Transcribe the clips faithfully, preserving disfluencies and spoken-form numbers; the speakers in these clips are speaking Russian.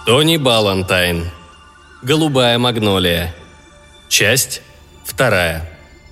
Тони Баллантайн. Голубая магнолия. Часть вторая.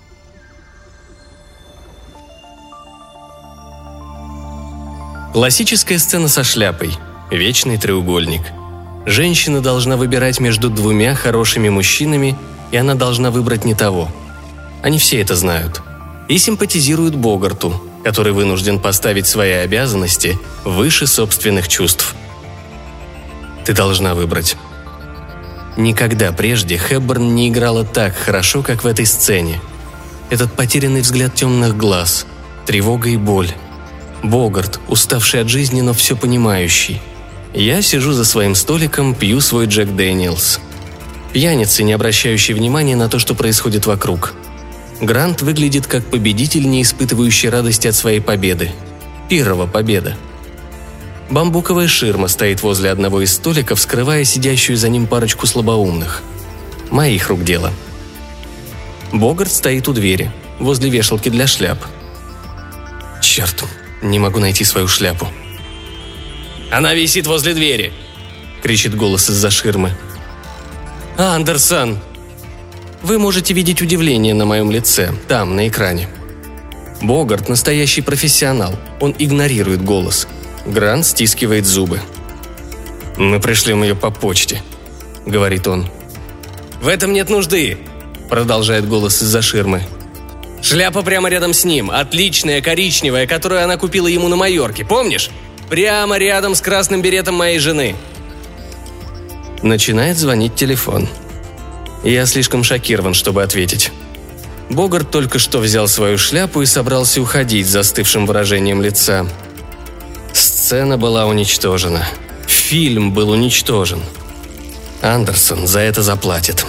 Классическая сцена со шляпой. Вечный треугольник. Женщина должна выбирать между двумя хорошими мужчинами, и она должна выбрать не того. Они все это знают. И симпатизируют Богарту, который вынужден поставить свои обязанности выше собственных чувств. Ты должна выбрать. Никогда прежде Хепберн не играла так хорошо, как в этой сцене. Этот потерянный взгляд темных глаз, тревога и боль. Богарт, уставший от жизни, но все понимающий. Я сижу за своим столиком, пью свой Джек Дэниелс. Пьяница, не обращающий внимания на то, что происходит вокруг. Грант выглядит как победитель, не испытывающий радости от своей победы. Пиррова победа. Бамбуковая ширма стоит возле одного из столиков, скрывая сидящую за ним парочку слабоумных. Моих рук дело. Богарт стоит у двери, возле вешалки для шляп. Черт, не могу найти свою шляпу. «Она висит возле двери!» – кричит голос из-за ширмы. «Андерсон!» Вы можете видеть удивление на моем лице, там, на экране. Богарт – настоящий профессионал, он игнорирует голос. Грант стискивает зубы. «Мы пришлем ее по почте», — говорит он. «В этом нет нужды», — продолжает голос из-за ширмы. «Шляпа прямо рядом с ним, отличная, коричневая, которую она купила ему на Майорке, помнишь? Прямо рядом с красным беретом моей жены». Начинает звонить телефон. Я слишком шокирован, чтобы ответить. Богарт только что взял свою шляпу и собрался уходить с застывшим выражением лица. Сцена была уничтожена. Фильм был уничтожен. Андерсон за это заплатит.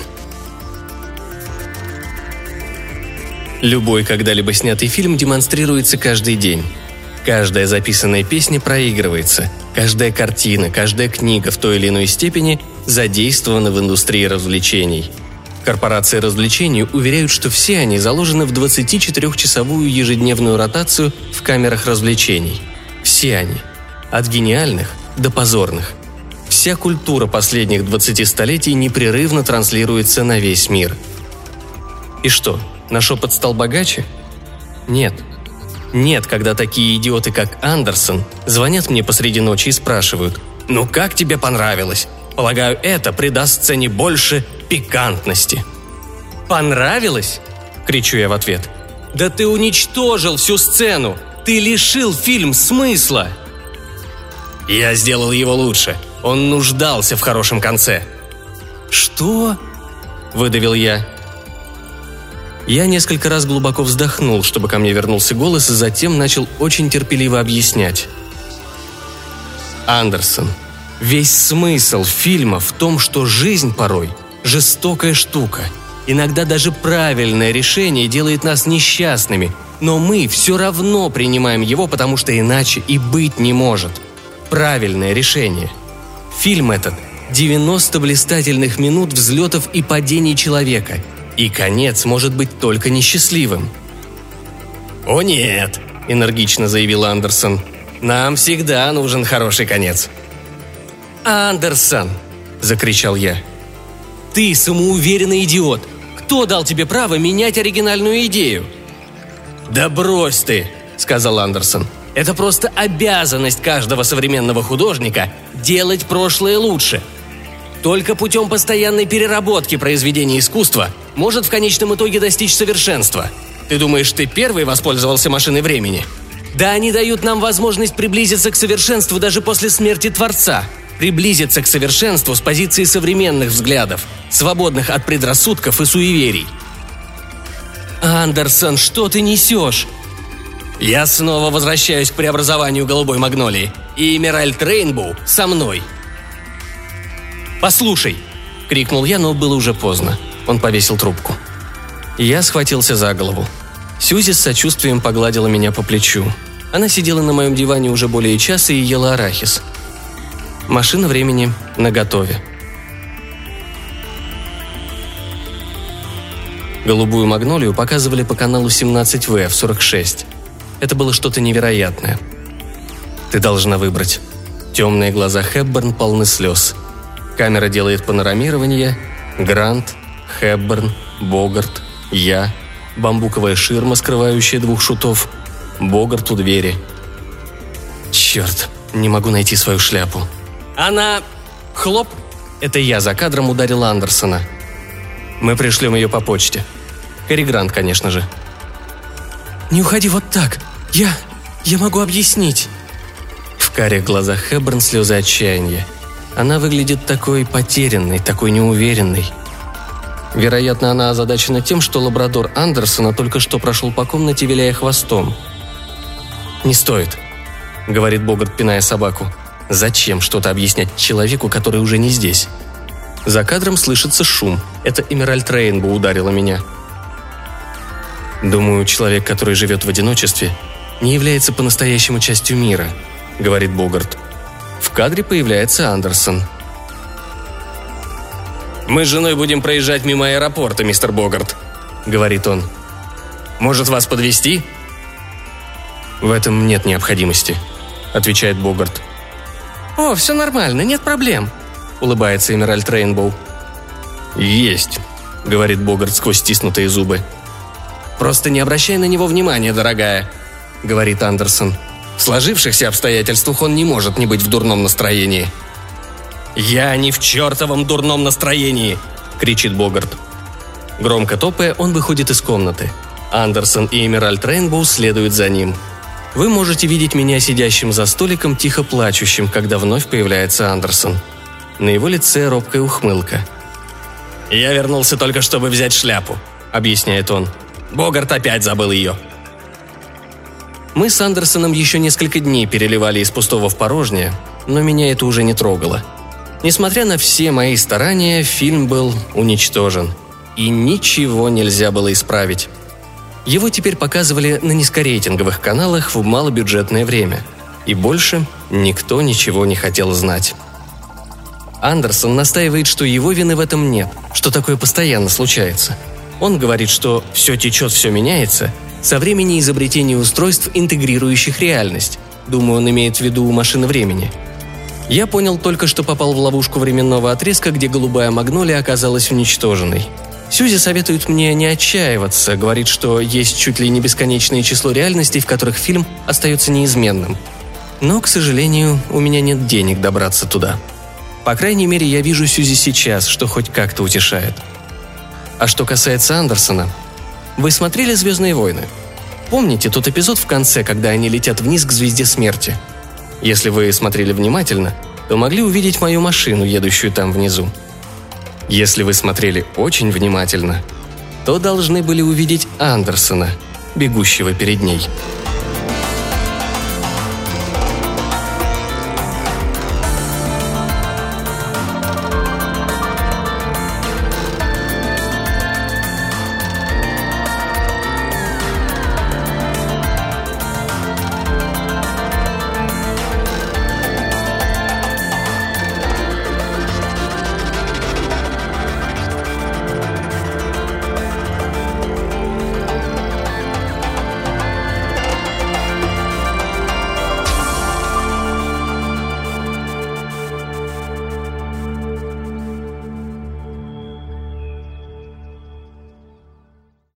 Любой когда-либо снятый фильм демонстрируется каждый день. Каждая записанная песня проигрывается. Каждая картина, каждая книга в той или иной степени задействована в индустрии развлечений. Корпорации развлечений уверяют, что все они заложены в двадцатичетырёхчасовую ежедневную ротацию в камерах развлечений. Все они. От гениальных до позорных. Вся культура последних двадцати столетий непрерывно транслируется на весь мир. И что, на шепот стал богаче? Нет. Нет, когда такие идиоты, как Андерсон, звонят мне посреди ночи и спрашивают: «Ну как тебе понравилось? Полагаю, это придаст сцене больше пикантности». «Понравилось?» – кричу я в ответ. «Да ты уничтожил всю сцену! Ты лишил фильм смысла!» «Я сделал его лучше. Он нуждался в хорошем конце». «Что?» – выдавил я. Я несколько раз глубоко вздохнул, чтобы ко мне вернулся голос, и затем начал очень терпеливо объяснять. «Андерсон, весь смысл фильма в том, что жизнь порой – жестокая штука. Иногда даже правильное решение делает нас несчастными, но мы все равно принимаем его, потому что иначе и быть не может. Правильное решение. Фильм этот – девяносто блистательных минут взлетов и падений человека, и конец может быть только несчастливым». «О нет», – энергично заявил Андерсон, – «нам всегда нужен хороший конец». «Андерсон!» – закричал я. «Ты самоуверенный идиот! Кто дал тебе право менять оригинальную идею?» «Да брось ты!» – сказал Андерсон. «Это просто обязанность каждого современного художника делать прошлое лучше. Только путем постоянной переработки произведения искусства может в конечном итоге достичь совершенства. Ты думаешь, ты первый воспользовался машиной времени? Да они дают нам возможность приблизиться к совершенству даже после смерти Творца. Приблизиться к совершенству с позиции современных взглядов, свободных от предрассудков и суеверий». «Андерсон, что ты несешь?» «Я снова возвращаюсь к преобразованию голубой магнолии, и Эмеральд Рейнбоу со мной». «Послушай!» – крикнул я, но было уже поздно. Он повесил трубку. Я схватился за голову. Сьюзи с сочувствием погладила меня по плечу. Она сидела на моем диване уже более часа и ела арахис. Машина времени наготове. «Голубую магнолию» показывали по каналу семнадцать вэ в сорок шесть. Это было что-то невероятное. Ты должна выбрать. Темные глаза Хепберн полны слез. Камера делает панорамирование. Грант, Хепберн, Богарт, я, бамбуковая ширма, скрывающая двух шутов, Богарт у двери. Черт, не могу найти свою шляпу. Она... Хлоп! Это я за кадром ударил Андерсона. Мы пришлем ее по почте. Кэрри Грант, конечно же. «Не уходи вот так! Я... я могу объяснить!» В карих глазах Хепберн слезы отчаяния. Она выглядит такой потерянной, такой неуверенной. Вероятно, она озадачена тем, что лабрадор Андерсона только что прошел по комнате, виляя хвостом. «Не стоит», — говорит Богарт, пиная собаку. «Зачем что-то объяснять человеку, который уже не здесь?» За кадром слышится шум. Это Эмеральд Рейнбоу ударила меня. «Думаю, человек, который живет в одиночестве, не является по-настоящему частью мира», — говорит Богарт. В кадре появляется Андерсон. «Мы с женой будем проезжать мимо аэропорта, мистер Богарт», — говорит он. «Может, вас подвезти?» «В этом нет необходимости», — отвечает Богарт. «О, все нормально, нет проблем», — улыбается Эмеральд Рейнбоу. «Есть», — говорит Богарт сквозь стиснутые зубы. «Просто не обращай на него внимания, дорогая», — говорит Андерсон. «В сложившихся обстоятельствах он не может не быть в дурном настроении». «Я не в чертовом дурном настроении!» — кричит Богарт. Громко топая, он выходит из комнаты. Андерсон и Эмеральд Рейнбоу следуют за ним. Вы можете видеть меня сидящим за столиком, тихо плачущим, когда вновь появляется Андерсон. На его лице робкая ухмылка. «Я вернулся только, чтобы взять шляпу», — объясняет он. «Богарт опять забыл ее». Мы с Андерсоном еще несколько дней переливали из пустого в порожнее, но меня это уже не трогало. Несмотря на все мои старания, фильм был уничтожен. И ничего нельзя было исправить. Его теперь показывали на низкорейтинговых каналах в малобюджетное время. И больше никто ничего не хотел знать. Андерсон настаивает, что его вины в этом нет, что такое постоянно случается. Он говорит, что все течет, все меняется со времени изобретения устройств, интегрирующих реальность. Думаю, он имеет в виду машины времени. Я понял только, что попал в ловушку временного отрезка, где голубая магнолия оказалась уничтоженной. Сьюзи советует мне не отчаиваться, говорит, что есть чуть ли не бесконечное число реальностей, в которых фильм остается неизменным. Но, к сожалению, у меня нет денег добраться туда. По крайней мере, я вижу Сьюзи сейчас, что хоть как-то утешает. А что касается Андерсона, вы смотрели «Звездные войны»? Помните тот эпизод в конце, когда они летят вниз к звезде смерти? Если вы смотрели внимательно, то могли увидеть мою машину, едущую там внизу. Если вы смотрели очень внимательно, то должны были увидеть Андерсона, бегущего перед ней.